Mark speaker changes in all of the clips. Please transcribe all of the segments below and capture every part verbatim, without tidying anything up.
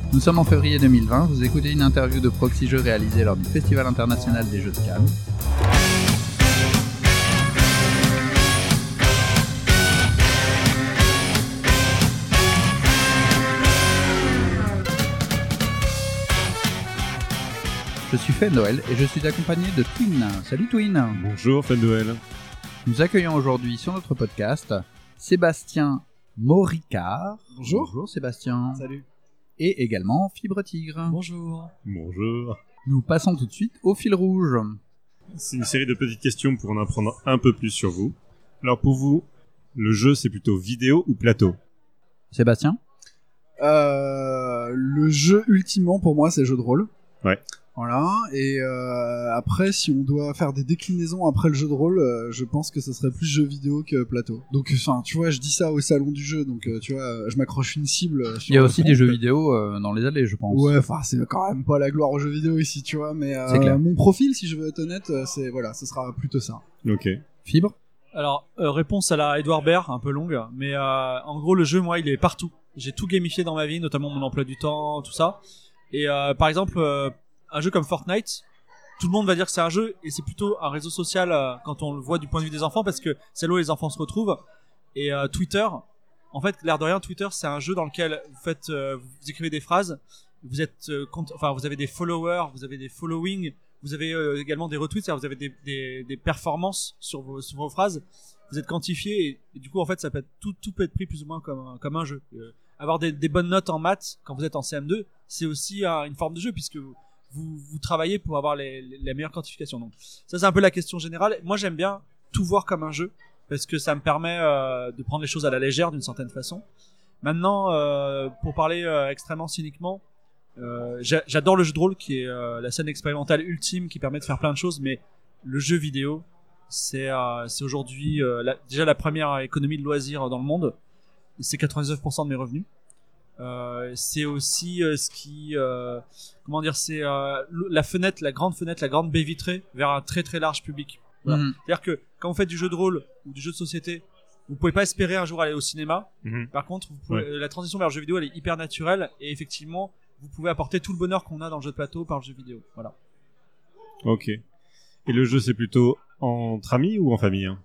Speaker 1: Nous sommes en février deux mille vingt, vous écoutez une interview de Proxy Jeux réalisée lors du Festival international des jeux de Cannes. Je suis Fendoel et je suis accompagné de Twin. Salut Twin.
Speaker 2: Bonjour Fendoel.
Speaker 1: Nous accueillons aujourd'hui sur notre podcast Sébastien Moricard.
Speaker 3: Bonjour.
Speaker 1: Bonjour Sébastien.
Speaker 3: Salut.
Speaker 1: Et également Fibre Tigre.
Speaker 3: Bonjour.
Speaker 2: Bonjour.
Speaker 1: Nous passons tout de suite au fil rouge.
Speaker 2: C'est une série de petites questions pour en apprendre un peu plus sur vous. Alors pour vous, le jeu c'est plutôt vidéo ou plateau ?
Speaker 1: Sébastien ?
Speaker 3: Euh, le jeu ultimement pour moi c'est jeu de rôle.
Speaker 2: Ouais.
Speaker 3: Voilà, et euh, après si on doit faire des déclinaisons après le jeu de rôle, euh, je pense que ce serait plus jeu vidéo que plateau. Donc enfin, tu vois, je dis ça au salon du jeu, donc euh, tu vois, je m'accroche une cible. Euh, sur
Speaker 1: Il y a
Speaker 3: le
Speaker 1: aussi
Speaker 3: front,
Speaker 1: des jeux
Speaker 3: que...
Speaker 1: vidéo euh, dans les allées, je pense.
Speaker 3: Ouais, enfin c'est quand même pas la gloire aux jeux vidéo ici, tu vois, mais euh,
Speaker 1: C'est clair.
Speaker 3: Mon profil, si je veux être honnête, euh, c'est voilà, ce sera plutôt ça.
Speaker 2: Ok.
Speaker 1: Fibre ?
Speaker 4: Alors, euh, réponse à la Edouard Baird, un peu longue, mais euh, en gros, le jeu, moi, il est partout. J'ai tout gamifié dans ma vie, notamment mon emploi du temps, tout ça. Et euh, par exemple, euh, un jeu comme Fortnite, tout le monde va dire que c'est un jeu, et c'est plutôt un réseau social euh, quand on le voit du point de vue des enfants, parce que c'est là où les enfants se retrouvent. Et euh, Twitter, en fait, l'air de rien, Twitter, c'est un jeu dans lequel vous faites, euh, vous écrivez des phrases, vous êtes, euh, compte, enfin, vous avez des followers, vous avez des followings, vous avez euh, également des retweets, c'est-à-dire vous avez des, des, des performances sur vos, sur vos phrases. Vous êtes quantifié et, et du coup en fait ça peut être tout, tout peut être pris plus ou moins comme un, comme un jeu. Euh, avoir des, des bonnes notes en maths quand vous êtes en C M deux, c'est aussi euh, une forme de jeu puisque vous, vous, vous travaillez pour avoir les, les, la meilleure quantification. Donc ça c'est un peu la question générale. Moi j'aime bien tout voir comme un jeu parce que ça me permet euh, de prendre les choses à la légère d'une certaine façon. Maintenant euh, pour parler euh, extrêmement cyniquement, euh, j'a, j'adore le jeu de rôle qui est euh, la scène expérimentale ultime qui permet de faire plein de choses, mais le jeu vidéo c'est euh, c'est aujourd'hui euh, la, déjà la première économie de loisirs dans le monde. C'est quatre-vingt-dix-neuf pour cent de mes revenus. Euh, c'est aussi euh, ce qui euh, comment dire, c'est euh, la fenêtre, la grande fenêtre, la grande baie vitrée vers un très très large public. Voilà. Mmh. C'est-à-dire que quand vous faites du jeu de rôle ou du jeu de société, vous pouvez pas espérer un jour aller au cinéma. Mmh. Par contre, vous pouvez, ouais. la transition vers le jeu vidéo elle est hyper naturelle et effectivement, vous pouvez apporter tout le bonheur qu'on a dans le jeu de plateau par le jeu vidéo. Voilà.
Speaker 2: Ok. Et le jeu c'est plutôt entre amis ou en famille hein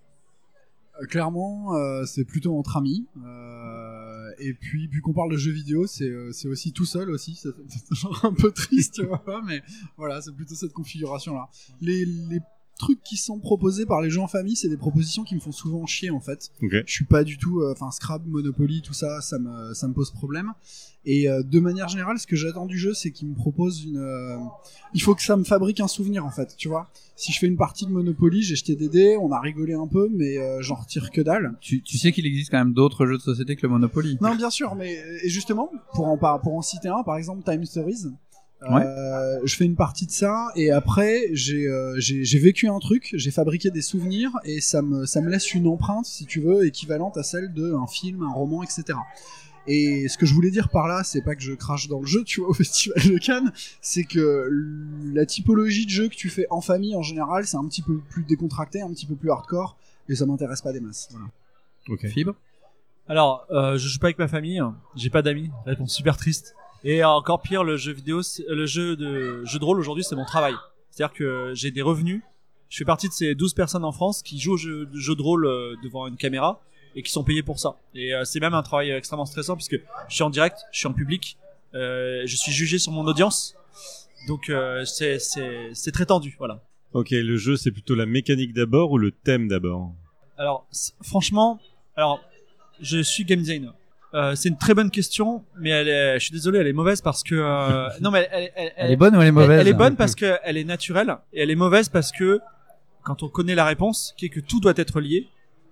Speaker 3: euh, Clairement, euh, c'est plutôt entre amis. Euh, et puis, vu qu'on parle de jeux vidéo, c'est, euh, c'est aussi tout seul aussi. C'est, c'est genre un peu triste, tu vois. Mais voilà, c'est plutôt cette configuration-là. Les, les trucs qui sont proposés par les jeux en famille, c'est des propositions qui me font souvent chier en fait.
Speaker 2: Okay.
Speaker 3: Je suis pas du tout, enfin euh, Scrabble, Monopoly, tout ça, ça me ça me pose problème. Et euh, de manière générale, ce que j'attends du jeu, c'est qu'il me propose une. Euh, il faut que ça me fabrique un souvenir en fait, tu vois. Si je fais une partie de Monopoly, j'ai jeté des dés, on a rigolé un peu, mais euh, j'en retire que dalle.
Speaker 1: Tu, tu sais qu'il existe quand même d'autres jeux de société que le Monopoly.
Speaker 3: Non, bien sûr, mais et justement, pour en pour en citer un, par exemple, Time Stories.
Speaker 1: Ouais.
Speaker 3: Euh, je fais une partie de ça et après j'ai, euh, j'ai j'ai vécu un truc, j'ai fabriqué des souvenirs et ça me ça me laisse une empreinte si tu veux équivalente à celle d'un film, un roman, et cetera. Et ce que je voulais dire par là, c'est pas que je crache dans le jeu, tu vois, au Festival de Cannes, c'est que la typologie de jeu que tu fais en famille en général, c'est un petit peu plus décontracté, un petit peu plus hardcore et ça m'intéresse pas des masses. Voilà.
Speaker 1: Ok. Fibre.
Speaker 4: Alors, euh, je joue pas avec ma famille, j'ai pas d'amis, réponse super triste. Et encore pire, le jeu vidéo, le jeu de jeu de rôle aujourd'hui, c'est mon travail. C'est-à-dire que j'ai des revenus. Je fais partie de ces douze personnes en France qui jouent au jeu, jeu de rôle devant une caméra et qui sont payées pour ça. Et euh, c'est même un travail extrêmement stressant puisque je suis en direct, je suis en public, euh, je suis jugé sur mon audience. Donc euh, c'est c'est c'est très tendu, voilà.
Speaker 2: Ok, le jeu c'est plutôt la mécanique d'abord ou le thème d'abord ?
Speaker 4: Alors franchement, alors je suis game designer. Euh, c'est une très bonne question, mais elle est, je suis désolé, elle est mauvaise parce que euh, non mais elle, elle, elle,
Speaker 1: elle est bonne ou elle est mauvaise ?
Speaker 4: Elle, elle est bonne parce que elle est naturelle et elle est mauvaise parce que quand on connaît la réponse, qui est que tout doit être lié,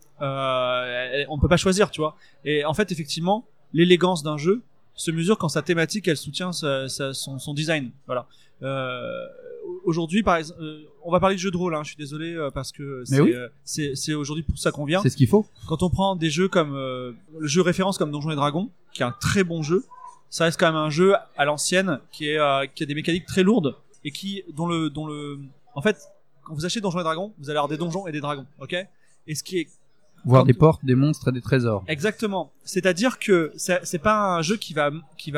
Speaker 4: euh, elle, on peut pas choisir, tu vois. Et en fait, effectivement, l'élégance d'un jeu se mesure quand sa thématique elle soutient sa, sa, son, son design. Voilà. Euh, aujourd'hui, par exemple, euh, on va parler de jeux de rôle. Hein, je suis désolé euh, parce que c'est,
Speaker 1: oui.
Speaker 4: euh, c'est, c'est aujourd'hui pour ça qu'on vient.
Speaker 1: C'est ce qu'il faut.
Speaker 4: Quand on prend des jeux comme euh, le jeu référence comme Donjons et Dragons, qui est un très bon jeu, ça reste quand même un jeu à l'ancienne qui est euh, qui a des mécaniques très lourdes et qui dont le dont le en fait quand vous achetez Donjons et Dragons, vous allez avoir des donjons et des dragons, ok ? Et ce qui est
Speaker 1: voir des portes, des monstres et des trésors.
Speaker 4: Exactement. C'est-à-dire que c'est, c'est pas un jeu qui va qui va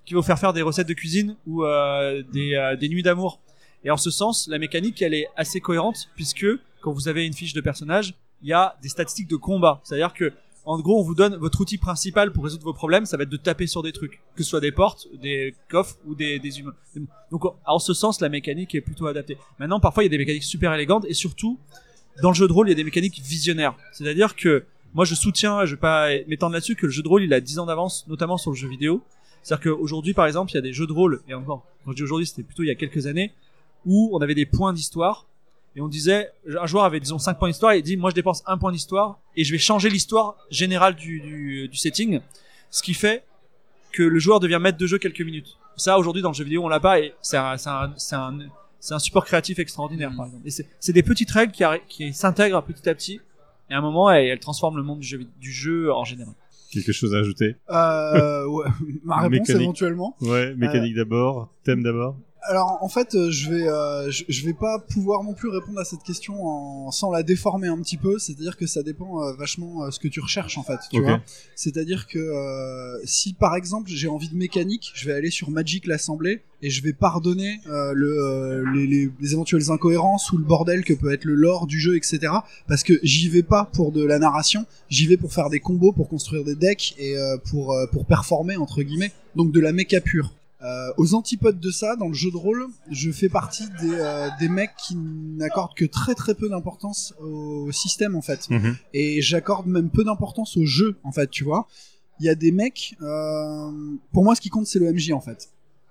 Speaker 4: qui va vous faire faire des recettes de cuisine ou euh, des, euh, des nuits d'amour. Et en ce sens, la mécanique, elle est assez cohérente puisque quand vous avez une fiche de personnage, il y a des statistiques de combat. C'est-à-dire que, en gros, on vous donne votre outil principal pour résoudre vos problèmes, ça va être de taper sur des trucs, que ce soit des portes, des coffres ou des, des humains. Donc, en ce sens, la mécanique est plutôt adaptée. Maintenant, parfois, il y a des mécaniques super élégantes et surtout, dans le jeu de rôle, il y a des mécaniques visionnaires. C'est-à-dire que moi, je soutiens, je vais pas m'étendre là-dessus, que le jeu de rôle, il a dix ans d'avance, notamment sur le jeu vidéo. C'est-à-dire qu'aujourd'hui, par exemple, il y a des jeux de rôle, et encore, quand je dis aujourd'hui, c'était plutôt il y a quelques années, où on avait des points d'histoire, et on disait, un joueur avait, disons, cinq points d'histoire, et il dit, moi, je dépense un point d'histoire, et je vais changer l'histoire générale du, du, du setting, ce qui fait que le joueur devient maître de jeu quelques minutes. Ça, aujourd'hui, dans le jeu vidéo, on l'a pas, et c'est un, c'est un, c'est un, c'est un support créatif extraordinaire, par exemple. Et c'est, c'est des petites règles qui, arri- qui s'intègrent petit à petit, et à un moment, elles, elles transforment le monde du jeu, du jeu en général.
Speaker 2: Quelque chose à ajouter?
Speaker 3: Euh, ouais, ma réponse
Speaker 2: Mécanique.
Speaker 3: éventuellement.
Speaker 2: Ouais, mécanique euh... d'abord, thème d'abord.
Speaker 3: Alors en fait, euh, je vais, euh, je, je vais pas pouvoir non plus répondre à cette question en, sans la déformer un petit peu. C'est-à-dire que ça dépend euh, vachement euh, ce que tu recherches en fait. Tu
Speaker 2: okay.
Speaker 3: vois. C'est-à-dire que euh, si par exemple j'ai envie de mécanique, je vais aller sur Magic l'Assemblée et je vais pardonner euh, le, euh, les, les, les éventuelles incohérences ou le bordel que peut être le lore du jeu, et cetera. Parce que j'y vais pas pour de la narration, j'y vais pour faire des combos, pour construire des decks et euh, pour euh, pour performer entre guillemets. Donc de la méca pure. Euh, aux antipodes de ça, dans le jeu de rôle, je fais partie des, euh, des mecs qui n'accordent que très très peu d'importance au système en fait.
Speaker 2: Mm-hmm.
Speaker 3: Et j'accorde même peu d'importance au jeu en fait, tu vois. Il y a des mecs, euh, pour moi ce qui compte c'est le M J en fait.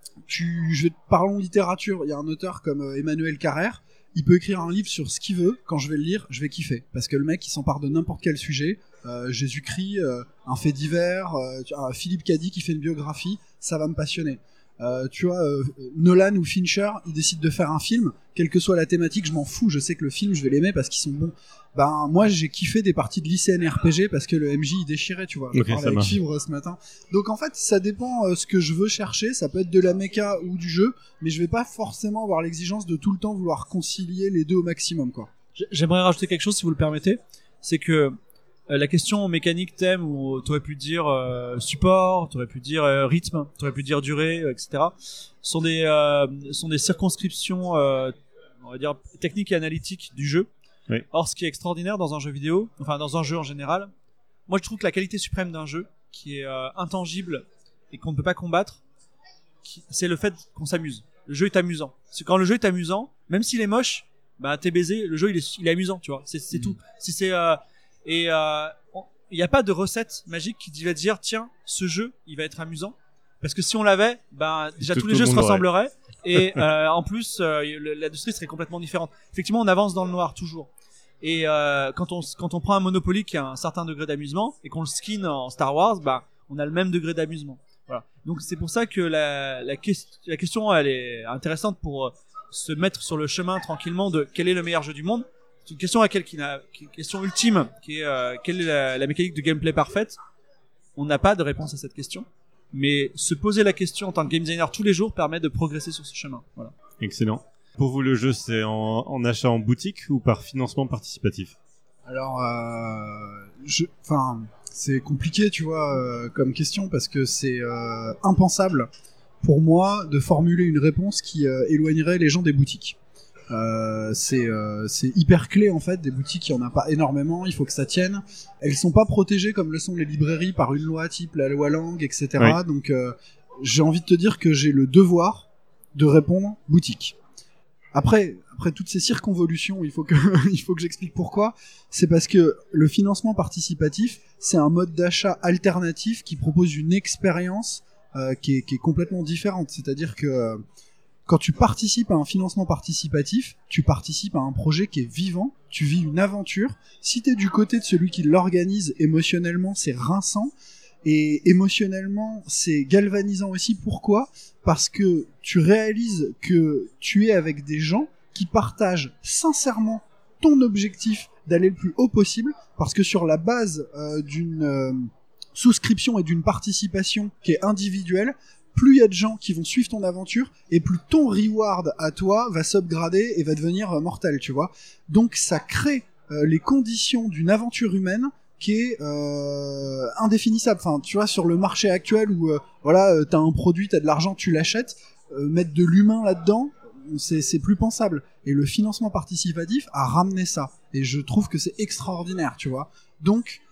Speaker 3: Tu, je vais te parler en littérature, il y a un auteur comme euh, Emmanuel Carrère, il peut écrire un livre sur ce qu'il veut, quand je vais le lire, je vais kiffer. Parce que le mec il s'empare de n'importe quel sujet, euh, Jésus-Christ, euh, un fait divers, euh, Philippe Cady qui fait une biographie, ça va me passionner. Euh, tu vois, euh, Nolan ou Fincher, ils décident de faire un film, quelle que soit la thématique, je m'en fous, je sais que le film, je vais l'aimer parce qu'ils sont bons. Ben, moi, j'ai kiffé des parties de lycéenne R P G parce que le M J, il déchirait, tu vois.
Speaker 2: Okay,
Speaker 3: je parlais avec Fibre ce matin. Donc, en fait, ça dépend euh, ce que je veux chercher, ça peut être de la méca ou du jeu, mais je vais pas forcément avoir l'exigence de tout le temps vouloir concilier les deux au maximum, quoi.
Speaker 4: J'aimerais rajouter quelque chose, si vous le permettez. C'est que Euh, la question mécanique, thème, où t'aurais pu dire euh, support, t'aurais pu dire euh, rythme, t'aurais pu dire durée, euh, et cetera, sont des euh, sont des circonscriptions, euh, on va dire techniques et analytiques du jeu.
Speaker 2: Oui.
Speaker 4: Or, ce qui est extraordinaire dans un jeu vidéo, enfin dans un jeu en général, moi je trouve que la qualité suprême d'un jeu, qui est euh, intangible et qu'on ne peut pas combattre, qui, c'est le fait qu'on s'amuse. Le jeu est amusant. C'est quand le jeu est amusant, même s'il est moche, bah t'es baisé, le jeu il est il est amusant, tu vois. C'est c'est mmh. tout. Si c'est euh, Et il euh, n'y a pas de recette magique qui va dire tiens, ce jeu il va être amusant, parce que si on l'avait, ben déjà tout tous les jeux se ressembleraient et euh, en plus euh, l'industrie serait complètement différente. Effectivement, on avance dans le noir toujours. Et euh, quand on quand on prend un Monopoly qui a un certain degré d'amusement et qu'on le skin en Star Wars, ben on a le même degré d'amusement. Voilà. Donc c'est pour ça que la la, que- la question elle est intéressante pour euh, se mettre sur le chemin tranquillement de quel est le meilleur jeu du monde. C'est une question à laquelle qui n'a, qui, question ultime, qui est euh, quelle est la, la mécanique de gameplay parfaite. On n'a pas de réponse à cette question, mais se poser la question en tant que game designer tous les jours permet de progresser sur ce chemin. Voilà.
Speaker 2: Excellent. Pour vous, le jeu, c'est en, en achat en boutique ou par financement participatif?
Speaker 3: Alors, euh, je, enfin, c'est compliqué, tu vois, euh, comme question parce que c'est euh, impensable pour moi de formuler une réponse qui euh, éloignerait les gens des boutiques. Euh, c'est euh, c'est hyper clé en fait, des boutiques il y en a pas énormément, il faut que ça tienne, elles sont pas protégées comme le sont les librairies par une loi type la loi Lang, etc. Oui. Donc euh, j'ai envie de te dire que j'ai le devoir de répondre boutique. Après après toutes ces circonvolutions, il faut que il faut que j'explique pourquoi. C'est parce que le financement participatif, c'est un mode d'achat alternatif qui propose une expérience euh, qui est qui est complètement différente, c'est-à-dire que euh, quand tu participes à un financement participatif, tu participes à un projet qui est vivant, tu vis une aventure. Si t'es du côté de celui qui l'organise, émotionnellement, c'est rinçant. Et émotionnellement, c'est galvanisant aussi. Pourquoi ? Parce que tu réalises que tu es avec des gens qui partagent sincèrement ton objectif d'aller le plus haut possible. Parce que sur la base euh, d'une euh, souscription et d'une participation qui est individuelle, plus il y a de gens qui vont suivre ton aventure, et plus ton reward à toi va s'upgrader et va devenir euh, mortel, tu vois. Donc ça crée euh, les conditions d'une aventure humaine qui est euh, indéfinissable. Enfin, tu vois, sur le marché actuel où euh, voilà, euh, t'as un produit, t'as de l'argent, tu l'achètes, euh, mettre de l'humain là-dedans, c'est, c'est plus pensable. Et le financement participatif a ramené ça. Et je trouve que c'est extraordinaire, tu vois. Donc,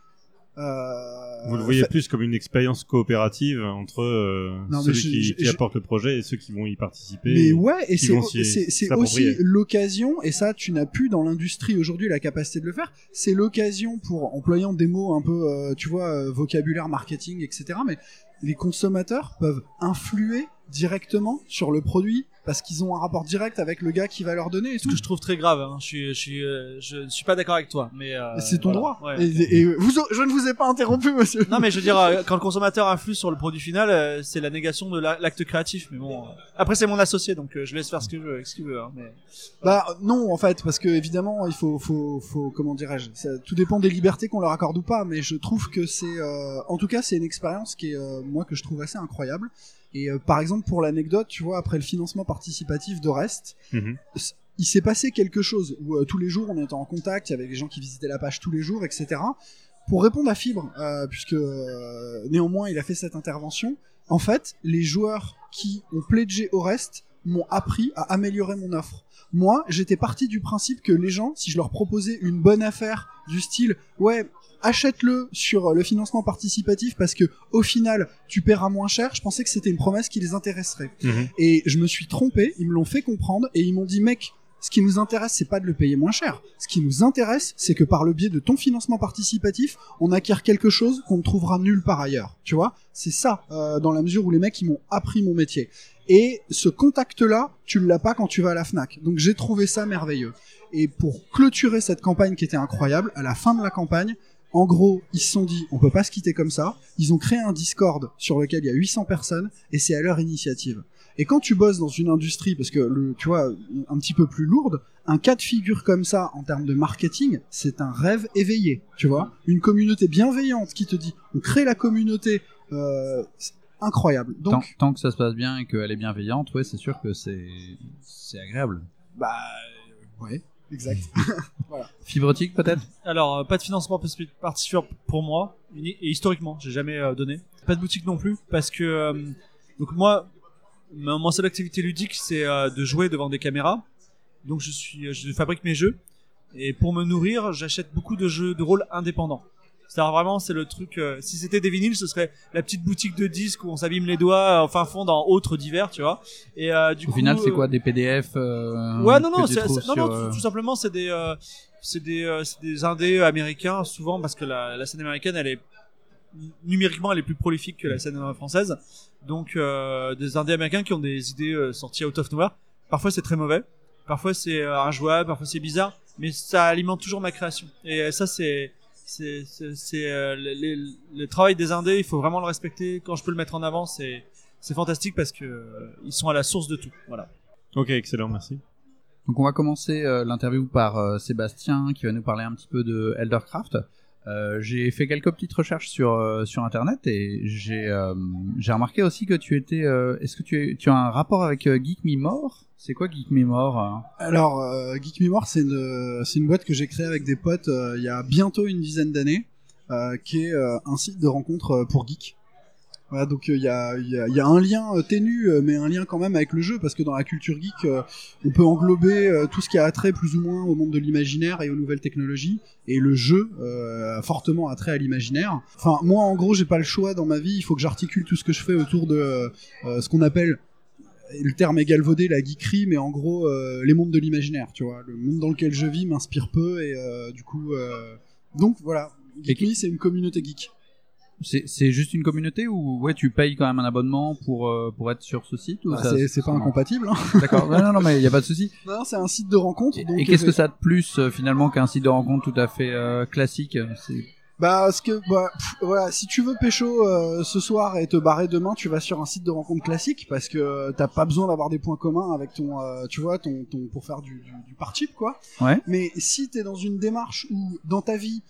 Speaker 3: euh,
Speaker 2: vous le voyez
Speaker 3: fa-
Speaker 2: plus comme une expérience coopérative entre euh,
Speaker 3: Non, mais
Speaker 2: celui
Speaker 3: je-
Speaker 2: qui,
Speaker 3: je-
Speaker 2: qui
Speaker 3: je-
Speaker 2: apporte le projet et ceux qui vont y participer.
Speaker 3: Mais ouais, et
Speaker 2: qui
Speaker 3: c'est,
Speaker 2: vont s'y-
Speaker 3: c'est, c'est
Speaker 2: s'approprier.
Speaker 3: aussi l'occasion, et ça tu n'as plus dans l'industrie aujourd'hui la capacité de le faire, c'est l'occasion pour, employant des mots un peu, euh, tu vois, euh, vocabulaire, marketing, et cetera, mais les consommateurs peuvent influer directement sur le produit parce qu'ils ont un rapport direct avec le gars qui va leur donner et
Speaker 4: Ce
Speaker 3: tout.
Speaker 4: que je trouve très grave. Hein. Je suis, je suis, euh, je ne suis pas d'accord avec toi, mais euh,
Speaker 3: Et c'est ton
Speaker 4: voilà.
Speaker 3: droit.
Speaker 4: Ouais.
Speaker 3: Et, et vous, je ne vous ai pas interrompu, monsieur.
Speaker 4: Non, mais je veux dire, euh, quand le consommateur influe sur le produit final, euh, c'est la négation de la- l'acte créatif. Mais bon, euh, après c'est mon associé, donc euh, je laisse faire ce que je veux, ce qu'il veut. Hein, mais...
Speaker 3: Bah non, en fait, parce que évidemment, il faut, faut, faut, comment dirais-je, ça, tout dépend des libertés qu'on leur accorde ou pas, mais je trouve que c'est, euh, en tout cas, c'est une expérience qui est, euh, moi, que je trouve assez incroyable. Et euh, par exemple, pour l'anecdote, tu vois, après le financement participatif de Rest,
Speaker 2: Mhm.
Speaker 3: il s'est passé quelque chose où euh, tous les jours, on était en contact avec les gens qui visitaient la page tous les jours, et cetera. Pour répondre à Fibre, euh, puisque euh, néanmoins, il a fait cette intervention. En fait, les joueurs qui ont pledgé au Rest m'ont appris à améliorer mon offre. Moi, j'étais parti du principe que les gens, si je leur proposais une bonne affaire du style, ouais, achète-le sur le financement participatif parce que au final, tu paieras moins cher, je pensais que c'était une promesse qui les intéresserait.
Speaker 2: Mhm.
Speaker 3: Et je me suis trompé, ils me l'ont fait comprendre et ils m'ont dit, mec, ce qui nous intéresse, c'est pas de le payer moins cher. Ce qui nous intéresse, c'est que par le biais de ton financement participatif, on acquiert quelque chose qu'on ne trouvera nulle part ailleurs. Tu vois, c'est ça, euh, dans la mesure où les mecs, ils m'ont appris mon métier. Et ce contact-là, tu l'as pas quand tu vas à la Fnac. Donc j'ai trouvé ça merveilleux. Et pour clôturer cette campagne qui était incroyable, à la fin de la campagne, en gros, ils se sont dit, on peut pas se quitter comme ça. Ils ont créé un Discord sur lequel il y a huit cents personnes et c'est à leur initiative. Et quand tu bosses dans une industrie, parce que le, tu vois, un petit peu plus lourde, un cas de figure comme ça en termes de marketing, c'est un rêve éveillé. Tu vois, une communauté bienveillante qui te dit, on crée la communauté, euh, c'est incroyable.
Speaker 1: Tant,
Speaker 3: Donc,
Speaker 1: tant que ça se passe bien et qu'elle est bienveillante, ouais, c'est sûr que c'est c'est agréable.
Speaker 3: bah, ouais, exact.
Speaker 1: Fibrotique peut-être.
Speaker 4: Alors, euh, pas de financement participatif pour moi, et historiquement, j'ai jamais euh, donné. Pas de boutique non plus, parce que euh, donc moi, ma- mon seule activité ludique, c'est euh, de jouer devant des caméras. Donc je suis, je fabrique mes jeux, et pour me nourrir, j'achète beaucoup de jeux de rôle indépendants. C'est-à-dire vraiment, c'est le truc. Euh, si c'était des vinyles, ce serait la petite boutique de disques où on s'abîme les doigts, euh, enfin fond dans autres divers, tu vois. Et euh, du
Speaker 1: Au
Speaker 4: coup,
Speaker 1: final, c'est
Speaker 4: euh,
Speaker 1: quoi, des P D F euh,
Speaker 4: Ouais, non,
Speaker 1: que
Speaker 4: non,
Speaker 1: tu
Speaker 4: c'est,
Speaker 1: trouves
Speaker 4: c'est- non,
Speaker 1: sur,
Speaker 4: non,
Speaker 1: euh,
Speaker 4: tout, tout simplement, c'est des, euh, c'est des, euh, c'est des indés américains, souvent, parce que la, la scène américaine, elle est, numériquement, elle est plus prolifique que la scène française. Donc, euh, des indés américains qui ont des idées euh, sorties out of nowhere. Parfois, c'est très mauvais. Parfois, c'est euh, injouable. Parfois, c'est bizarre. Mais ça alimente toujours ma création. Et euh, ça, c'est, c'est, c'est, c'est euh, le, le- le travail des indés, il faut vraiment le respecter. Quand je peux le mettre en avant, c'est, c'est fantastique parce que euh, ils sont à la source de tout. Voilà.
Speaker 2: Ok, excellent, merci.
Speaker 1: Donc on va commencer euh, l'interview par euh, Sébastien qui va nous parler un petit peu de Eldercraft. Euh, j'ai fait quelques petites recherches sur euh, sur internet et j'ai euh, j'ai remarqué aussi que tu étais euh, est-ce que tu, es, tu as un rapport avec euh, Geek Me More? C'est quoi Geek Me More hein
Speaker 3: alors, euh, Geek Memoir, c'est une, c'est une boîte que j'ai créée avec des potes euh, il y a bientôt une dizaine d'années, euh, qui est euh, un site de rencontre euh, pour geeks. Voilà, donc il euh, y, a, y, a, y a un lien euh, ténu, euh, mais un lien quand même avec le jeu, parce que dans la culture geek, euh, on peut englober euh, tout ce qui a attrait plus ou moins au monde de l'imaginaire et aux nouvelles technologies, et le jeu euh, a fortement attrait à l'imaginaire. Enfin, moi, en gros, j'ai pas le choix dans ma vie, il faut que j'articule tout ce que je fais autour de euh, ce qu'on appelle, le terme est galvaudé, la geekerie, mais en gros, euh, les mondes de l'imaginaire, tu vois. Le monde dans lequel je vis m'inspire peu, et euh, du coup... Euh... Donc, voilà, Geek Me, c'est une communauté geek.
Speaker 1: C'est c'est juste une communauté ou ouais tu payes quand même un abonnement pour euh, pour être sur ce site ou
Speaker 3: Bah,
Speaker 1: ça,
Speaker 3: c'est, c'est pas
Speaker 1: non.
Speaker 3: incompatible, hein.
Speaker 1: D'accord. Non non non mais il y a pas de souci.
Speaker 3: Non, c'est un site de rencontre.
Speaker 1: Et,
Speaker 3: donc,
Speaker 1: et qu'est-ce
Speaker 3: euh,
Speaker 1: que ça a de plus euh, finalement qu'un site de rencontre tout à fait euh, classique? C'est
Speaker 3: Bah, parce que, bah, pff, voilà, si tu veux pécho euh, ce soir et te barrer demain, tu vas sur un site de rencontre classique parce que euh, t'as pas besoin d'avoir des points communs avec ton, euh, tu vois, ton, ton, pour faire du, du, du par-chip, quoi.
Speaker 1: ouais.
Speaker 3: Mais si t'es dans une démarche où, dans ta vie,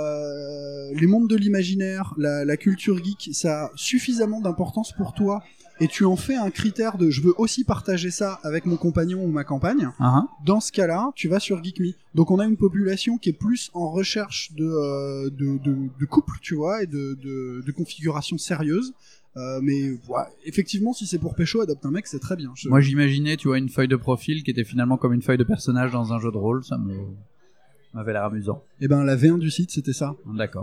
Speaker 3: euh, les mondes de l'imaginaire, la, la culture geek, ça a suffisamment d'importance pour toi et tu en fais un critère de je veux aussi partager ça avec mon compagnon ou ma compagne,
Speaker 1: uh-huh.
Speaker 3: dans ce cas-là, tu vas sur Geek Me. Donc on a une population qui est plus en recherche de, euh, de, de, de couple, tu vois, et de, de, de configuration sérieuse. Euh, mais ouais, effectivement, si c'est pour pécho, adopte un mec, c'est très bien. Je...
Speaker 1: Moi, j'imaginais, tu vois, une feuille de profil qui était finalement comme une feuille de personnage dans un jeu de rôle. Ça me m'avait l'air amusant.
Speaker 3: Et ben la V un du site, c'était ça.
Speaker 1: D'accord.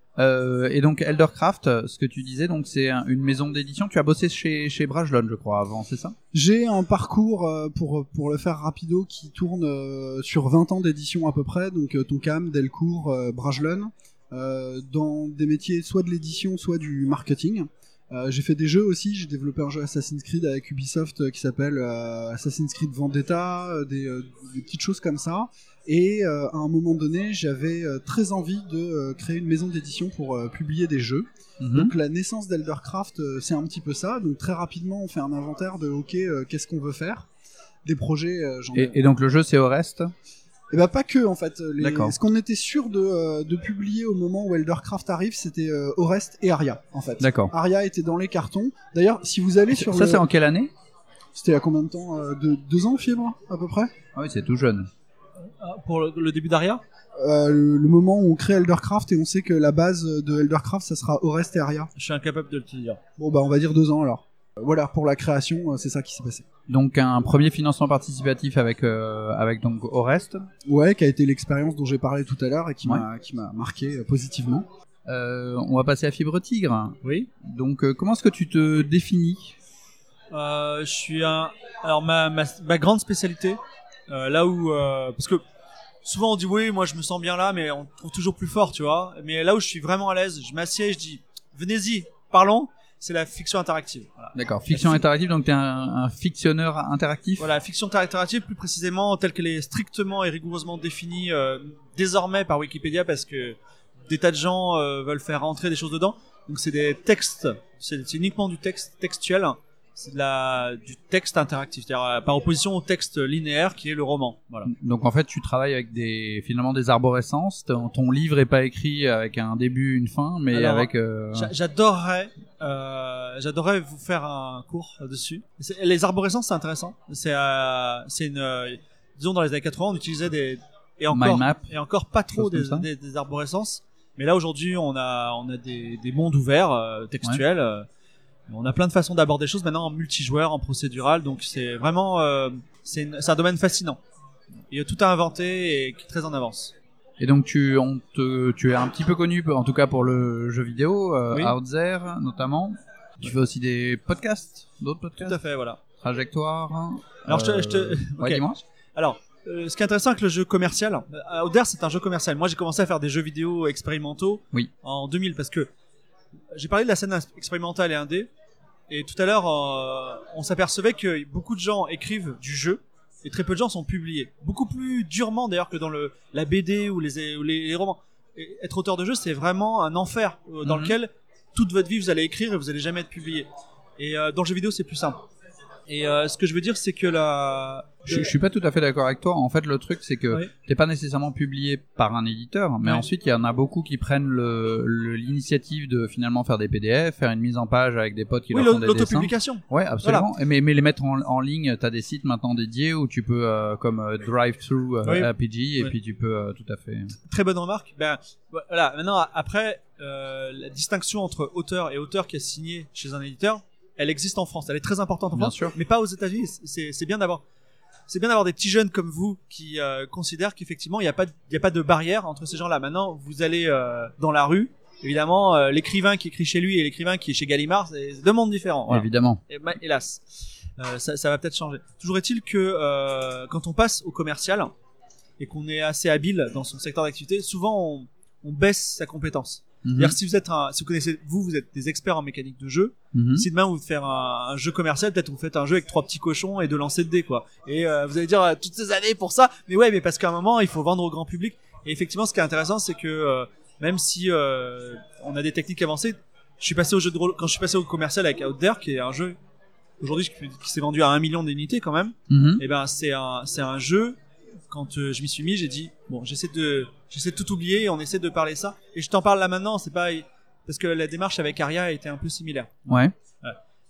Speaker 1: Euh, et donc Eldercraft, ce que tu disais, donc c'est un, une maison d'édition. Tu as bossé chez chez Brajlon, je crois, avant, c'est ça?
Speaker 3: J'ai un parcours euh, pour pour le faire rapido qui tourne euh, sur vingt ans d'édition à peu près. Donc euh, Tonkam, Delcourt, euh, Brajlon, euh, dans des métiers soit de l'édition, soit du marketing. Euh, j'ai fait des jeux aussi, j'ai développé un jeu Assassin's Creed avec Ubisoft euh, qui s'appelle euh, Assassin's Creed Vendetta, euh, des, euh, des petites choses comme ça. Et euh, à un moment donné, j'avais euh, très envie de euh, créer une maison d'édition pour euh, publier des jeux.
Speaker 1: Mm-hmm.
Speaker 3: Donc la naissance d'Eldercraft, euh, c'est un petit peu ça. Donc très rapidement, on fait un inventaire de OK, euh, qu'est-ce qu'on veut faire. Des projets, euh, j'en ai...
Speaker 1: et, et donc le jeu, c'est Orest?
Speaker 3: Et bah pas que en fait. Les...
Speaker 1: D'accord.
Speaker 3: Ce qu'on était sûr de, euh, de publier au moment où Eldercraft arrive, c'était euh, Orest et Aria en fait.
Speaker 1: D'accord.
Speaker 3: Aria était dans les cartons. D'ailleurs, si vous allez sur
Speaker 1: ça,
Speaker 3: le...
Speaker 1: c'est en quelle année?
Speaker 3: C'était à combien de temps euh, de deux ans, Fibre, à peu près.
Speaker 1: Ah oui, c'est tout jeune.
Speaker 4: Pour le, le début d'Aria
Speaker 3: euh, le, le moment où on crée Eldercraft et on sait que la base de Eldercraft, ça sera Orest et Aria.
Speaker 4: Je suis incapable de le te dire.
Speaker 3: Bon bah on va dire deux ans alors. Euh, voilà, pour la création, euh, c'est ça qui s'est passé.
Speaker 1: Donc un premier financement participatif avec euh, avec donc Orest.
Speaker 3: Ouais, qui a été l'expérience dont j'ai parlé tout à l'heure et qui
Speaker 1: Ouais.
Speaker 3: m'a qui m'a marqué euh, positivement.
Speaker 1: Euh, on va passer à Fibre Tigre.
Speaker 4: Oui.
Speaker 1: Donc euh, comment est-ce que tu te définis?
Speaker 4: Euh, je suis un. Alors ma ma, ma grande spécialité, euh, là où euh, parce que souvent on dit oui, moi je me sens bien là, mais on trouve toujours plus fort, tu vois. Mais là où je suis vraiment à l'aise, je m'assieds, et je dis venez-y, parlons. C'est la fiction interactive. Voilà.
Speaker 1: D'accord. Fiction interactive, donc t'es un, un fictionneur interactif.
Speaker 4: Voilà, fiction interactive, plus précisément telle qu'elle est strictement et rigoureusement définie euh, désormais par Wikipédia, parce que des tas de gens euh, veulent faire rentrer des choses dedans. Donc c'est des textes, c'est, c'est uniquement du texte textuel. C'est de la du texte interactif, c'est-à-dire euh, par opposition au texte linéaire qui est le roman. Voilà.
Speaker 1: Donc en fait, tu travailles avec des finalement des arborescences. Ton, ton livre est pas écrit avec un début, une fin, mais
Speaker 4: Alors,
Speaker 1: avec. Euh...
Speaker 4: J'a- J'adorerais, euh, j'adorerais vous faire un cours dessus. C'est- les arborescences, c'est intéressant. C'est, euh, c'est une, euh, disons dans les années quatre-vingts, on utilisait des et encore
Speaker 1: Mind map,
Speaker 4: et encore pas trop
Speaker 1: choses
Speaker 4: des,
Speaker 1: comme ça.
Speaker 4: des, des arborescences. Mais là aujourd'hui, on a on a des, des mondes ouverts euh, textuels. euh, On a plein de façons d'aborder les choses maintenant en multijoueur, en procédural, donc c'est vraiment euh, c'est, une, c'est un domaine fascinant. Il y a tout à inventer et qui est très en avance.
Speaker 1: Et donc tu on te tu es un petit peu connu, en tout cas pour le jeu vidéo, euh,
Speaker 4: Oui.
Speaker 1: Out There notamment. Tu fais aussi des podcasts, d'autres podcasts.
Speaker 4: Tout à fait, voilà.
Speaker 1: Trajectoire.
Speaker 4: Alors, je te- je te-
Speaker 1: euh, Ouais,
Speaker 4: ok.
Speaker 1: dis-moi.
Speaker 4: Alors, euh, ce qui est intéressant avec le jeu commercial, euh, Out There, c'est un jeu commercial. Moi, j'ai commencé à faire des jeux vidéo expérimentaux
Speaker 1: Oui.
Speaker 4: en deux mille parce que j'ai parlé de la scène expérimentale et indé. Et tout à l'heure, euh, on s'apercevait que beaucoup de gens écrivent du jeu et très peu de gens sont publiés. Beaucoup plus durement d'ailleurs que dans le la B D ou les ou les, les romans. Et être auteur de jeu, c'est vraiment un enfer euh, dans
Speaker 1: Mhm.
Speaker 4: lequel toute votre vie vous allez écrire et vous allez jamais être publié. Et euh, dans le jeu vidéo, c'est plus simple. Et euh, ce que je veux dire, c'est que la
Speaker 1: Je, je suis pas tout à fait d'accord avec toi. En fait, le truc, c'est que
Speaker 4: Oui.
Speaker 1: t'es pas nécessairement publié par un éditeur, mais
Speaker 4: Ouais.
Speaker 1: ensuite, il y en a beaucoup qui prennent le, le- l'initiative de finalement faire des P D F, faire une mise en page avec des potes qui
Speaker 4: oui,
Speaker 1: leur font des dessins.
Speaker 4: l'autopublication.
Speaker 1: Ouais, absolument. Mais, mais les mettre en, en ligne, t'as des sites maintenant dédiés où tu peux, euh, comme euh, Drive-Thru euh,
Speaker 4: Oui.
Speaker 1: R P G, et
Speaker 4: Ouais.
Speaker 1: puis tu peux euh, tout à fait.
Speaker 4: Très bonne remarque. Ben voilà. Maintenant, après, euh, la distinction entre auteur et auteur qui est signé chez un éditeur, elle existe en France. Elle est très importante en
Speaker 1: Bien
Speaker 4: France,
Speaker 1: sûr.
Speaker 4: mais pas aux États-Unis. C'est, c'est bien d'avoir, c'est bien d'avoir des petits jeunes comme vous qui euh, considèrent qu'effectivement il n'y a pas, de- il y a pas de barrière entre ces gens-là. Maintenant, vous allez euh, dans la rue. Évidemment, euh, l'écrivain qui écrit chez lui et l'écrivain qui est chez Gallimard, c'est deux mondes différents. Voilà.
Speaker 1: Évidemment.
Speaker 4: Et bah, hélas, euh, ça, ça va peut-être changer. Toujours est-il que euh, quand on passe au commercial et qu'on est assez habile dans son secteur d'activité, souvent on, on baisse sa compétence.
Speaker 1: Mhm.
Speaker 4: C'est-à-dire si vous êtes un, si vous connaissez, vous, vous êtes des experts en mécanique de jeu.
Speaker 1: Mhm.
Speaker 4: Si demain vous faites un, un jeu commercial, peut-être vous faites un jeu avec trois petits cochons et deux lancers de dés, quoi. Et euh, vous allez dire euh, toutes ces années pour ça. Mais ouais, mais parce qu'à un moment il faut vendre au grand public. Et effectivement, ce qui est intéressant, c'est que euh, même si euh, on a des techniques avancées, je suis passé au jeu de rôle, quand je suis passé au commercial avec Out There, qui est un jeu aujourd'hui qui, qui s'est vendu à un million d'unités quand même.
Speaker 1: Mhm.
Speaker 4: Et ben c'est un c'est un jeu. Quand euh, je m'y suis mis, j'ai dit bon, j'essaie de j'essaie de tout oublier et on essaie de parler ça. Et je t'en parle là maintenant, c'est pas parce que la démarche avec Aria était un peu similaire.
Speaker 1: Ouais.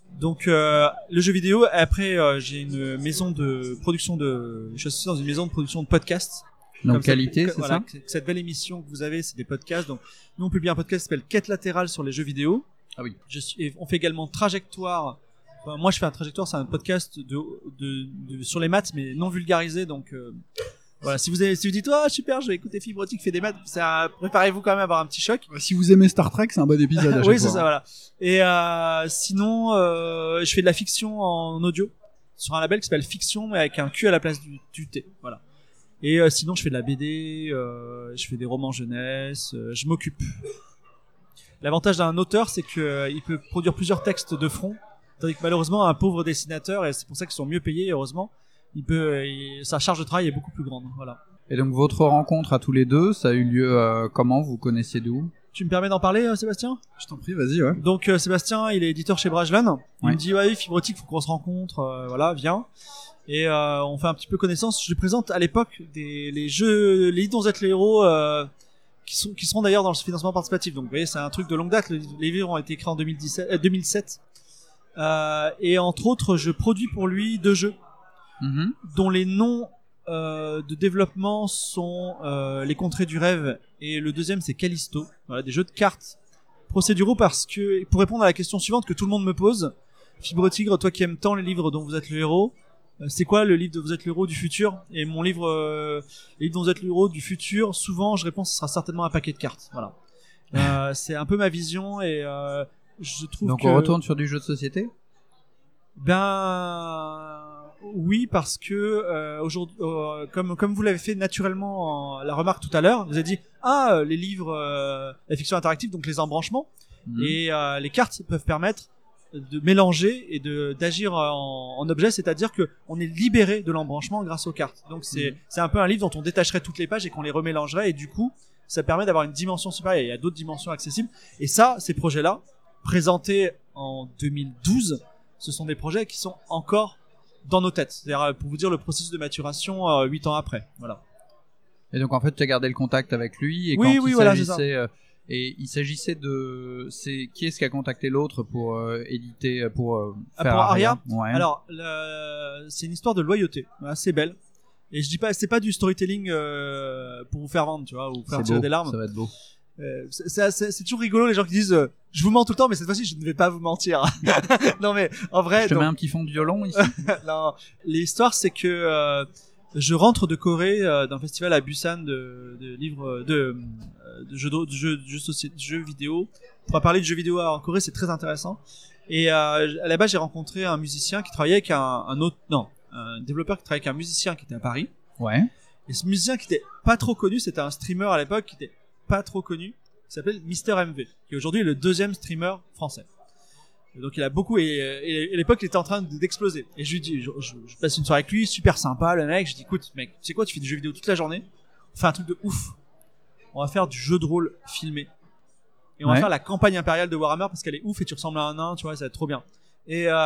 Speaker 4: Donc euh, le jeu vidéo. Après, euh, j'ai une maison de production de. Je suis dans une maison de production de podcasts.
Speaker 1: Donc
Speaker 4: Comme
Speaker 1: qualité,
Speaker 4: cette,
Speaker 1: c'est
Speaker 4: voilà,
Speaker 1: ça?
Speaker 4: Cette belle émission que vous avez, c'est des podcasts. Donc nous on publie un podcast qui s'appelle Quête latérale sur les jeux vidéo.
Speaker 1: Ah oui.
Speaker 4: Je suis, et on fait également Trajectoire. Enfin, moi je fais un Trajectoire, c'est un podcast de, de, de sur les maths mais non vulgarisé. Donc euh, voilà, si vous avez, si vous dites oh super, je vais écouter Fibre Optique fait des maths, ça préparez-vous quand même à avoir un petit choc.
Speaker 3: Si vous aimez Star Trek, c'est un bon épisode. À chaque
Speaker 4: oui, c'est
Speaker 3: fois.
Speaker 4: ça, voilà. Et euh, sinon, euh, je fais de la fiction en audio sur un label qui s'appelle Fiction, mais avec un Q à la place du, du T. Voilà. Et euh, sinon, je fais de la B D, euh, je fais des romans jeunesse, euh, je m'occupe. L'avantage d'un auteur, c'est que euh, il peut produire plusieurs textes de front, tandis que malheureusement, un pauvre dessinateur, et c'est pour ça qu'ils sont mieux payés, heureusement, il peut, il, sa charge de travail est beaucoup plus grande. Voilà.
Speaker 1: Et donc votre rencontre à tous les deux, ça a eu lieu euh, comment? Vous connaissiez d'où?
Speaker 4: Tu me permets d'en parler, euh, Sébastien?
Speaker 3: Je t'en prie, vas-y, ouais.
Speaker 4: Donc euh, Sébastien, il est éditeur chez Brajlon. Il
Speaker 1: Ouais.
Speaker 4: me dit ouais, Fibre Optique, faut qu'on se rencontre, euh, voilà, viens. Et euh, on fait un petit peu connaissance. Je lui présente à l'époque des les jeux, les livres dont vous êtes les héros, euh, qui sont qui seront d'ailleurs dans le financement participatif. Donc vous voyez, c'est un truc de longue date. Le- les livres ont été écrits en deux mille dix-sept, euh, deux mille sept. Euh, et entre autres, je produis pour lui deux jeux
Speaker 1: Mhm.
Speaker 4: dont les noms euh, de développement sont euh, Les Contrées du Rêve et le deuxième c'est Callisto. Voilà, des jeux de cartes procéduraux parce que pour répondre à la question suivante que tout le monde me pose, Fibre Tigre, toi qui aimes tant les livres dont vous êtes le héros, euh, c'est quoi le livre dont vous êtes le héros du futur? Et mon livre, euh, les livres dont vous êtes le héros du futur, souvent je réponds ce sera certainement un paquet de cartes. Voilà. Euh, c'est un peu ma vision et euh, je trouve
Speaker 1: Donc
Speaker 4: que
Speaker 1: on retourne sur du jeu de société?
Speaker 4: ben oui, parce que euh, aujourd'hui, euh, comme comme vous l'avez fait naturellement en, la remarque tout à l'heure, vous avez dit ah euh, les livres, euh, la fiction interactive, donc les embranchements
Speaker 1: Mhm.
Speaker 4: et euh, les cartes peuvent permettre de mélanger et de d'agir en, en objet, c'est-à-dire que on est libéré de l'embranchement grâce aux cartes. Donc c'est
Speaker 1: Mhm.
Speaker 4: c'est un peu un livre dont on détacherait toutes les pages et qu'on les remélangerait et du coup ça permet d'avoir une dimension supérieure. Il y a d'autres dimensions accessibles et ça, ces projets-là présentés en deux mille douze, ce sont des projets qui sont encore dans nos têtes. C'est-à-dire, euh, pour vous dire, le processus de maturation euh, huit ans après. Voilà.
Speaker 1: Et donc en fait tu as gardé le contact avec lui et
Speaker 4: Oui,
Speaker 1: quand
Speaker 4: oui,
Speaker 1: il
Speaker 4: voilà, c'est
Speaker 1: s'agissait euh, et il s'agissait de c'est qui est-ce qui a contacté l'autre pour euh, éditer pour euh,
Speaker 4: Ah,
Speaker 1: faire
Speaker 4: pour Aria
Speaker 1: Ouais.
Speaker 4: Alors, le- c'est une histoire de loyauté, assez belle. Et je dis pas, c'est pas du storytelling euh, pour vous faire vendre, tu vois, ou faire
Speaker 1: c'est
Speaker 4: tirer
Speaker 1: beau,
Speaker 4: des larmes.
Speaker 1: ça va être beau.
Speaker 4: Euh, c'est, c'est, assez- c'est toujours rigolo les gens qui disent euh, je vous mens tout le temps, mais cette fois-ci je ne vais pas vous mentir. Non mais en vrai,
Speaker 1: Je te
Speaker 4: donc-
Speaker 1: mets un petit fond de violon ici.
Speaker 4: non, l'histoire c'est que euh, je rentre de Corée euh, d'un festival à Busan de, de livres de, euh, de jeux de, de jeux de jeux, soci- de jeux vidéo. Pour parler de jeux vidéo en Corée, c'est très intéressant. Et euh, à la base, j'ai rencontré un musicien qui travaillait avec un, un autre non, un développeur qui travaillait avec un musicien qui était à Paris.
Speaker 1: Ouais.
Speaker 4: Et ce musicien qui était pas trop connu, c'était un streamer à l'époque qui était pas trop connu, qui s'appelle Mister M V, qui aujourd'hui est le deuxième streamer français. Et donc il a beaucoup, et, et, et à l'époque il était en train de- d'exploser. Et je lui dis, je, je, je passe une soirée avec lui, super sympa le mec, je dis écoute mec, tu sais quoi, tu fais du jeu vidéo toute la journée, on fait un truc de ouf. On va faire du jeu de rôle filmé. Et on
Speaker 1: Ouais.
Speaker 4: va faire la campagne impériale de Warhammer parce qu'elle est ouf et tu ressembles à un nain, tu vois, ça va être trop bien. Et euh,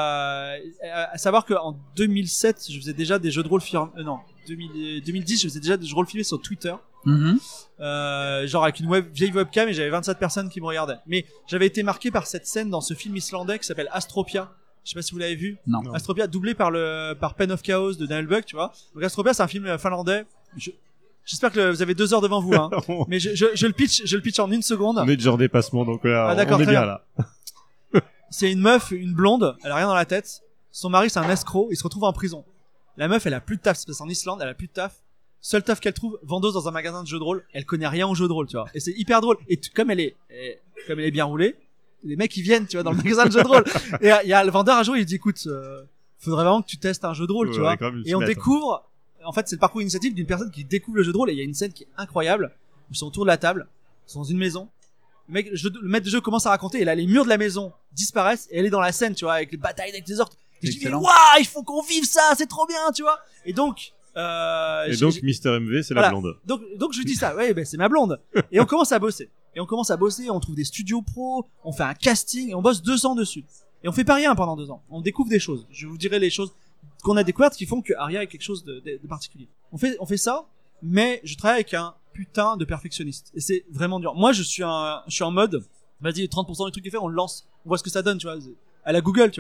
Speaker 4: à savoir qu'en deux mille sept, je faisais déjà des jeux de rôle filmés, euh, non, deux mille, deux mille dix, je faisais déjà des jeux de rôle filmés sur Twitter.
Speaker 1: Mhm.
Speaker 4: Euh, genre avec une web, vieille webcam et j'avais vingt-sept personnes qui me regardaient. Mais j'avais été marqué par cette scène dans ce film islandais qui s'appelle Astropia. Je sais pas si vous l'avez vu.
Speaker 1: Non.
Speaker 2: Non.
Speaker 4: Astropia doublé par le par Pen of Chaos de Daniel Buck, tu vois. Donc Astropia c'est un film finlandais. Je, j'espère que vous avez deux heures devant vous, hein.
Speaker 2: on
Speaker 4: Mais je, je, je le pitch, je le pitch en une seconde.
Speaker 2: est déjà en dépassement, donc là,
Speaker 4: Ah, d'accord,
Speaker 2: on est
Speaker 4: très
Speaker 2: bien
Speaker 4: bien.
Speaker 2: là.
Speaker 4: C'est une meuf, une blonde, elle a rien dans la tête. Son mari c'est un escroc, il se retrouve en prison. La meuf elle a plus de taf, c'est en Islande, elle a plus de taf. Seul taf qu'elle trouve, vendeuse dans un magasin de jeux de rôle, elle connaît rien aux jeux de rôle, tu vois. Et c'est hyper drôle. Et t- comme elle est, eh, comme elle est bien roulée, les mecs ils viennent, tu vois, dans le magasin de jeux de rôle. Et il y a le vendeur un jour, il dit écoute, euh, faudrait vraiment que tu testes un jeu de rôle, tu
Speaker 2: Ouais,
Speaker 4: vois.
Speaker 2: quand même,
Speaker 4: Et on
Speaker 2: se mettre.
Speaker 4: découvre, en fait c'est le parcours initiatique d'une personne qui découvre le jeu de rôle et il y a une scène qui est incroyable. Ils sont autour de la table, ils sont dans une maison. Le mec, le, jeu- le maître de jeu commence à raconter et là les murs de la maison disparaissent et elle est dans la scène, tu vois, avec les batailles avec les orques. Et je dis mais
Speaker 1: Excellent.
Speaker 4: waouh, il faut qu'on vive ça, c'est trop bien, tu vois. Et donc, euh,
Speaker 2: Et
Speaker 4: j'ai-
Speaker 2: donc,
Speaker 4: j'ai-
Speaker 2: Mister M V, c'est
Speaker 4: Voilà.
Speaker 2: la blonde.
Speaker 4: donc, donc je lui dis ça, ouais, ben c'est ma blonde. Et on commence à bosser. Et on commence à bosser, on trouve des studios pro, on fait un casting et on bosse deux ans dessus. Et on fait pas rien pendant deux ans. On découvre des choses. Je vous dirai les choses qu'on a découvertes qui font que Aria est quelque chose de, de, de particulier. On fait, on fait ça, mais je travaille avec un putain de perfectionniste. Et c'est vraiment dur. Moi, je suis un, je suis en mode, vas-y, trente pour cent du truc est fait, on le lance. On voit ce que ça donne, tu vois. À la Google, tu vois.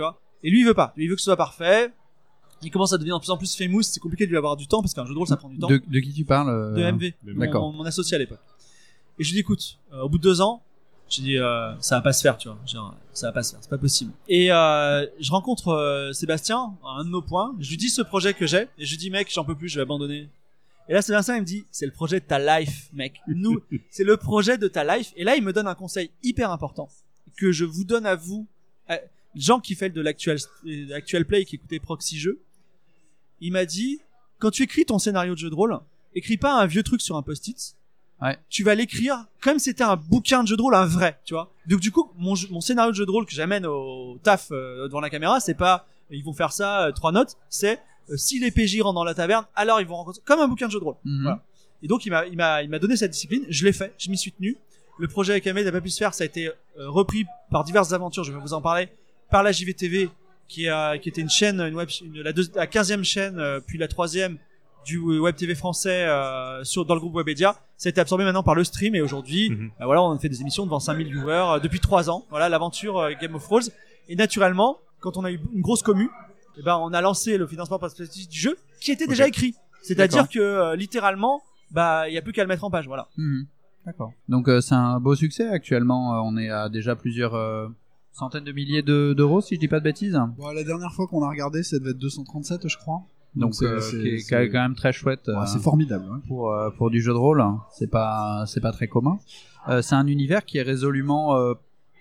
Speaker 4: Et lui, il veut pas. Lui, il veut que ce soit parfait. Il commence à devenir de plus en plus famous. C'est compliqué de lui avoir du temps parce qu'un jeu de rôle, ça prend du temps.
Speaker 1: De, de qui tu parles euh...
Speaker 4: De M V.
Speaker 1: D'accord.
Speaker 4: Mon, mon associé à l'époque. Et je lui dis, écoute, euh, au bout de deux ans, je dis, euh, ça va pas se faire, tu vois. Genre, ça va pas se faire, c'est pas possible. Et euh, je rencontre euh, Sébastien à un de nos points. Je lui dis ce projet que j'ai et je lui dis, mec, j'en peux plus, je vais abandonner. Et là, Sébastien, il me dit, c'est le projet de ta life, mec. Nous, c'est le projet de ta life. Et là, il me donne un conseil hyper important que je vous donne à vous, à gens qui font de l'actual, l'actual play, qui écoutaient Proxy Jeux. Il m'a dit, quand tu écris ton scénario de jeu de rôle, écris pas un vieux truc sur un post-it.
Speaker 1: Ouais.
Speaker 4: Tu vas l'écrire comme si c'était un bouquin de jeu de rôle, un vrai, tu vois. Donc du coup, mon, mon scénario de jeu de rôle que j'amène au taf euh, devant la caméra, c'est pas ils vont faire ça euh, trois notes, c'est euh, si les P J rentrent dans la taverne, alors ils vont rencontrer comme un bouquin de jeu de rôle.
Speaker 1: Mm-hmm.
Speaker 4: Voilà. Et donc il m'a il m'a il m'a donné cette discipline, je l'ai fait, je m'y suis tenu. Le projet avec Ahmed n'a pas pu se faire, ça a été euh, repris par diverses aventures, je vais vous en parler, par la J V T V qui a qui était une chaîne une web une, la, deux, la quinzième chaîne euh, puis la troisième du web T V français euh, sur dans le groupe Webedia. Ça a été absorbé maintenant par le stream et aujourd'hui
Speaker 2: Mhm.
Speaker 4: bah voilà, on fait des émissions devant cinq mille viewers euh, depuis trois ans. Voilà l'aventure euh, Game of Thrones. Et naturellement, quand on a eu une grosse commu, eh ben on a lancé le financement participatif du jeu qui était déjà
Speaker 2: Ok.
Speaker 4: écrit. C'est-à-dire
Speaker 1: D'accord.
Speaker 4: que euh, littéralement, bah il y a plus qu'à le mettre en page, voilà.
Speaker 1: Mhm. D'accord. Donc euh, c'est un beau succès actuellement. Euh, on est à déjà plusieurs euh, centaines de milliers de, d'euros, si je dis pas de bêtises.
Speaker 3: Bon, la dernière fois qu'on a regardé, ça devait être deux cent trente-sept, je crois.
Speaker 1: Donc,
Speaker 3: c'est-
Speaker 1: euh,
Speaker 3: c'est-
Speaker 1: qui est
Speaker 3: c'est-
Speaker 1: quand même très chouette.
Speaker 3: Ouais,
Speaker 1: euh,
Speaker 3: c'est formidable. Ouais.
Speaker 1: pour euh, pour du jeu de rôle, c'est pas c'est pas très commun. Euh, c'est un univers qui est résolument euh,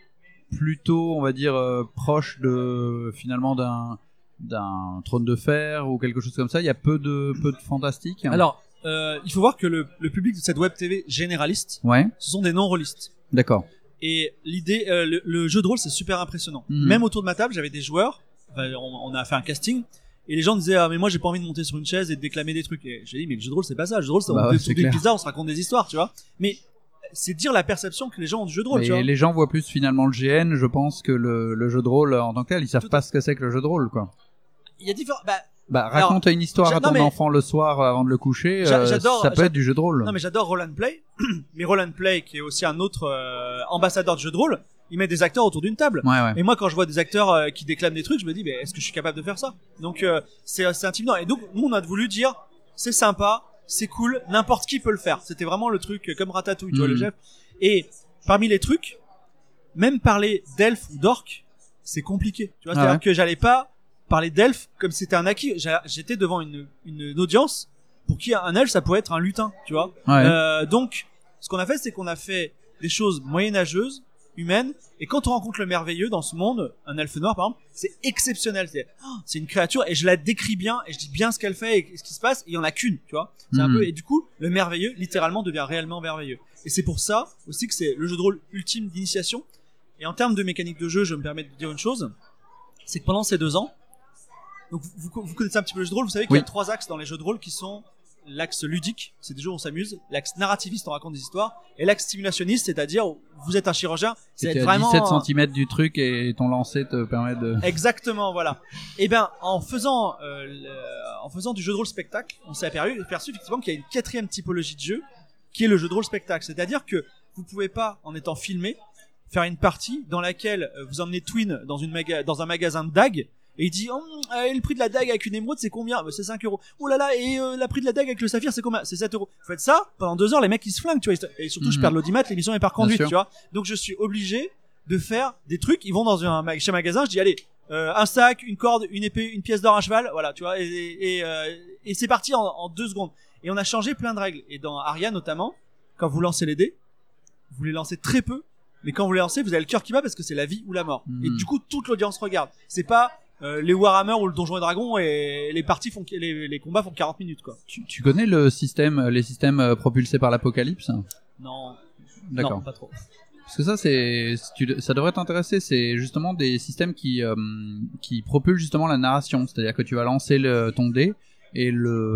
Speaker 1: plutôt, on va dire, euh, proche de finalement d'un d'un Trône de Fer ou quelque chose comme ça. Il y a peu de peu de fantastique.
Speaker 4: Alors, euh, il faut voir que le, le public de cette web T V généraliste,
Speaker 1: Ouais,
Speaker 4: ce sont des non-rôlistes.
Speaker 1: d'accord.
Speaker 4: Et l'idée, euh, le, le jeu de rôle, c'est super impressionnant.
Speaker 1: Mhm.
Speaker 4: Même autour de ma table, j'avais des joueurs. Enfin, on, on a fait un casting. Et les gens disaient, ah, mais moi, j'ai pas envie de monter sur une chaise et de déclamer des trucs. Et j'ai dit, mais le jeu de rôle, c'est pas ça. Le jeu de rôle, c'est
Speaker 1: Bah
Speaker 4: on
Speaker 1: ouais,
Speaker 4: fait
Speaker 1: c'est
Speaker 4: des
Speaker 1: clair.
Speaker 4: pizzas, on se raconte des histoires, tu vois. Mais c'est dire la perception que les gens ont du jeu de rôle, tu vois.
Speaker 1: Et les gens voient plus finalement le G N, je pense, que le, le jeu de rôle en tant que tel. Ils savent
Speaker 4: Tout à
Speaker 1: pas ce que c'est que le jeu de rôle, quoi.
Speaker 4: Il y a différents, bah,
Speaker 1: Bah,
Speaker 4: Alors,
Speaker 1: raconte une histoire
Speaker 4: j'a-
Speaker 1: à ton
Speaker 4: non, mais-
Speaker 1: enfant le soir avant de le coucher.
Speaker 4: J'a-
Speaker 1: euh,
Speaker 4: j'adore-
Speaker 1: ça peut
Speaker 4: j'a-
Speaker 1: être du jeu de rôle.
Speaker 4: non, mais j'adore Roll and Play. Mais Roll and Play, qui est aussi un autre euh, ambassadeur de jeu de rôle, il met des acteurs autour d'une table.
Speaker 1: Ouais, ouais.
Speaker 4: Et moi, quand je vois des acteurs euh, qui déclament des trucs, je me dis, mais est-ce que je suis capable de faire ça? Donc, euh, c'est, c'est intimidant. Et donc, nous, on a voulu dire, c'est sympa, c'est cool, n'importe qui peut le faire. C'était vraiment le truc euh, comme Ratatouille, tu vois,
Speaker 1: Mhm.
Speaker 4: le chef. Et parmi les trucs, même parler d'elfes ou d'orques, c'est compliqué. Tu vois,
Speaker 1: Ah
Speaker 4: c'est-à-dire
Speaker 1: ouais.
Speaker 4: que j'allais pas parler d'elfes comme si c'était un acquis. J'a- J'étais devant une, une, une audience pour qui un elfe, ça pourrait être un lutin, tu vois.
Speaker 1: Ouais.
Speaker 4: Euh, donc, ce qu'on a fait, c'est qu'on a fait des choses moyenâgeuses, humaines, et quand on rencontre le merveilleux dans ce monde, un elfe noir par exemple, c'est exceptionnel. C'est, oh, c'est une créature, et je la décris bien, et je dis bien ce qu'elle fait et ce qui se passe, et il y en a qu'une, tu vois. C'est un
Speaker 1: Mhm.
Speaker 4: peu, et du coup, le merveilleux, littéralement, devient réellement merveilleux. Et c'est pour ça aussi que c'est le jeu de rôle ultime d'initiation. Et en termes de mécanique de jeu, je me permets de dire une chose, c'est que pendant ces deux ans, donc vous, vous, vous connaissez un petit peu le jeu de rôle, vous savez qu'il y a
Speaker 1: Oui.
Speaker 4: trois axes dans les jeux de rôle qui sont l'axe ludique, c'est des jeux où on s'amuse, l'axe narrativiste, on raconte des histoires, et l'axe stimulationniste, c'est-à-dire vous êtes un chirurgien, c'est
Speaker 1: C'était
Speaker 4: être
Speaker 1: à
Speaker 4: vraiment
Speaker 1: dix-sept centimètres du truc et ton lancer te permet de...
Speaker 4: exactement, voilà. Et ben en faisant euh, le- en faisant du jeu de rôle spectacle, on s'est aperçu, aperçu effectivement qu'il y a une quatrième typologie de jeu qui est le jeu de rôle spectacle, c'est-à-dire que vous pouvez pas, en étant filmé, faire une partie dans laquelle euh, vous emmenez Twin dans une maga- dans un magasin de dagues. Et il dit, oh, euh, le prix de la dague avec une émeraude, c'est combien? Bah, c'est cinq euros. Oh là là, et euh, la prix de la dague avec le saphir, c'est combien? C'est sept euros. Vous faites ça, pendant deux heures, les mecs, ils se flinguent, tu vois. Et surtout, je
Speaker 1: Mhm.
Speaker 4: perds l'audimat, l'émission est par conduite,
Speaker 1: sûr.
Speaker 4: tu vois. Donc, je suis obligé de faire des trucs. Ils vont dans un ma- chez un magasin, je dis, allez, euh, un sac, une corde, une épée, une pièce d'or, un cheval, voilà, tu vois. Et, et, et, euh, et c'est parti en, en deux secondes. Et on a changé plein de règles. Et dans Aria, notamment, quand vous lancez les dés, vous les lancez très peu. Mais quand vous les lancez, vous avez le cœur qui bat parce que c'est la vie ou la mort.
Speaker 1: Mhm.
Speaker 4: Et du coup, toute l'audience regarde. C'est pas euh, les Warhammer ou le Donjon et Dragon et les parties font les, les combats font quarante minutes quoi.
Speaker 1: Tu, tu connais le système, les systèmes euh, propulsés par l'apocalypse?
Speaker 4: Non,
Speaker 1: D'accord.
Speaker 4: non, pas trop.
Speaker 1: Parce que ça, c'est, si tu- ça devrait t'intéresser. C'est justement des systèmes qui, euh, qui propulsent justement la narration. C'est-à-dire que tu vas lancer le, ton dé et le,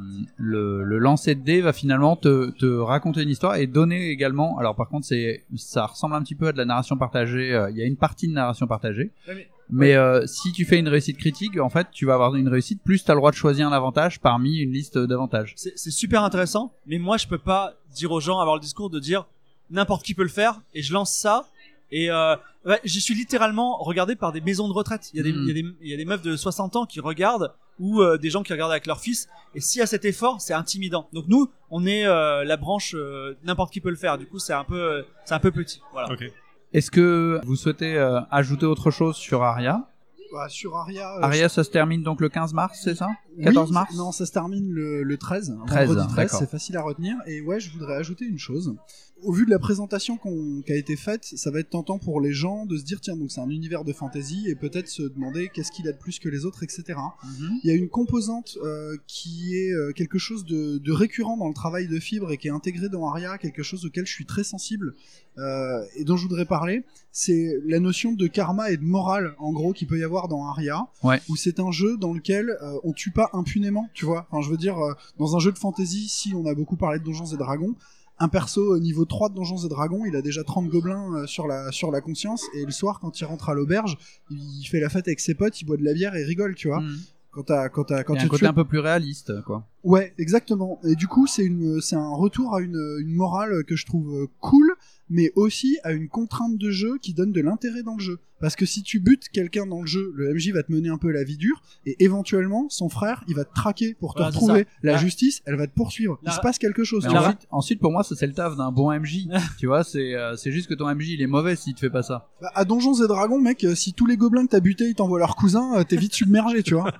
Speaker 1: le, le lancer de dé va finalement te, te raconter une histoire et donner également. Alors par contre, c'est, ça ressemble un petit peu à de la narration partagée. euh, Il y a une partie de narration partagée.
Speaker 4: Ouais, mais-
Speaker 1: Mais euh, si tu fais une réussite critique, en fait, tu vas avoir une réussite. Plus t'as le droit de choisir un avantage parmi une liste d'avantages.
Speaker 4: C'est c'est super intéressant, mais moi je peux pas dire aux gens avoir le discours de dire n'importe qui peut le faire et je lance ça Et euh, ouais, je suis littéralement regardé par des maisons de retraite. Il y a des,
Speaker 1: Mm.
Speaker 4: il y a des, il y a des meufs de soixante ans qui regardent ou euh, des gens qui regardent avec leur fils. Et s'il y a cet effort, c'est intimidant. Donc nous, on est euh, la branche, euh, n'importe qui peut le faire. Du coup, c'est un peu, euh, c'est un peu petit. Voilà.
Speaker 2: Ok.
Speaker 1: Est-ce que vous souhaitez euh, ajouter autre chose sur Aria?
Speaker 3: Bah, sur Aria. euh,
Speaker 1: Aria, ça se termine donc le quinze mars, c'est ça? quatorze
Speaker 3: oui,
Speaker 1: mars?
Speaker 3: Non, ça se termine le, le treize.
Speaker 1: treize,
Speaker 3: Vendredi treize,
Speaker 1: d'accord.
Speaker 3: c'est facile à retenir. Et ouais, je voudrais ajouter une chose. Au vu de la présentation qu'on, qui a été faite, ça va être tentant pour les gens de se dire tiens, donc c'est un univers de fantasy et peut-être se demander qu'est-ce qu'il a de plus que les autres, et cetera.
Speaker 1: Mhm.
Speaker 3: Il y a une composante euh, qui est euh, quelque chose de, de récurrent dans le travail de Fibre et qui est intégré dans Aria, quelque chose auquel je suis très sensible euh, et dont je voudrais parler, c'est la notion de karma et de morale, en gros, qu'il peut y avoir dans Aria,
Speaker 1: Ouais.
Speaker 3: où c'est un jeu dans lequel euh, on tue pas impunément, tu vois. Enfin, je veux dire, euh, dans un jeu de fantasy, si on a beaucoup parlé de Donjons et Dragons, un perso euh, niveau trois de Donjons et Dragons, il a déjà trente gobelins euh, sur la sur la conscience, et le soir, quand il rentre à l'auberge, il fait la fête avec ses potes, il boit de la bière et il rigole, tu vois.
Speaker 1: Mhm.
Speaker 3: Quand t'as, quand t'as, quand
Speaker 1: Il y a
Speaker 3: tu
Speaker 1: un côté
Speaker 3: tues-
Speaker 1: un peu plus réaliste, quoi.
Speaker 3: Ouais, exactement. Et du coup, c'est une, c'est un retour à une, une morale que je trouve euh, cool, mais aussi à une contrainte de jeu qui donne de l'intérêt dans le jeu. Parce que si tu butes quelqu'un dans le jeu, le M J va te mener un peu la vie dure, et éventuellement, son frère, il va te traquer pour te
Speaker 4: Voilà, c'est
Speaker 3: retrouver.
Speaker 4: ça.
Speaker 3: La
Speaker 4: La-
Speaker 3: justice, elle va te poursuivre.
Speaker 4: La-
Speaker 3: Il se passe quelque chose.
Speaker 1: Mais
Speaker 3: tu vois.
Speaker 1: ensuite, ensuite, pour moi, ça c'est le taf d'un bon M J. Tu vois, c'est euh, c'est juste que ton M J il est mauvais s'il te fait pas ça.
Speaker 3: Bah, à Donjons et Dragons, mec, euh, si tous les gobelins que t'as butés, ils t'envoient leur cousin, euh, t'es vite submergé, tu vois.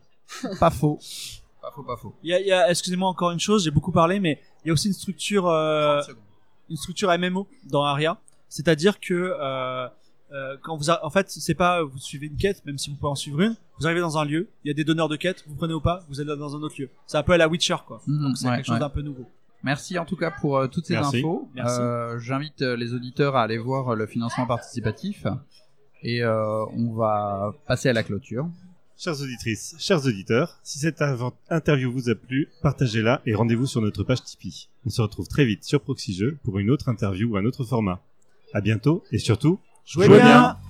Speaker 1: Pas faux. Pas faux, pas faux.
Speaker 4: Il y a, il y a, excusez-moi encore une chose, j'ai beaucoup parlé, mais il y a aussi une structure, euh,
Speaker 1: trente secondes.
Speaker 4: une structure M M O dans Aria. C'est-à-dire que euh, euh, quand vous, a- en fait, c'est pas vous suivez une quête, même si vous pouvez en suivre une. Vous arrivez dans un lieu, il y a des donneurs de quêtes, vous prenez ou pas, vous allez dans un autre lieu. C'est un peu à la Witcher, quoi.
Speaker 1: Mhm,
Speaker 4: Donc c'est
Speaker 1: ouais,
Speaker 4: quelque chose
Speaker 1: ouais.
Speaker 4: d'un peu nouveau.
Speaker 1: Merci en tout cas pour euh, toutes ces
Speaker 2: Merci.
Speaker 1: infos.
Speaker 4: Merci.
Speaker 1: Euh, J'invite euh, les auditeurs à aller voir euh, le financement participatif et euh, on va passer à la clôture.
Speaker 2: Chères auditrices, chers auditeurs, si cette avant- interview vous a plu, partagez-la et rendez-vous sur notre page Tipeee. On se retrouve très vite sur Proxy Jeux pour une autre interview ou un autre format. À bientôt et surtout,
Speaker 4: Jouez
Speaker 1: Jouez
Speaker 4: bien.
Speaker 1: bien.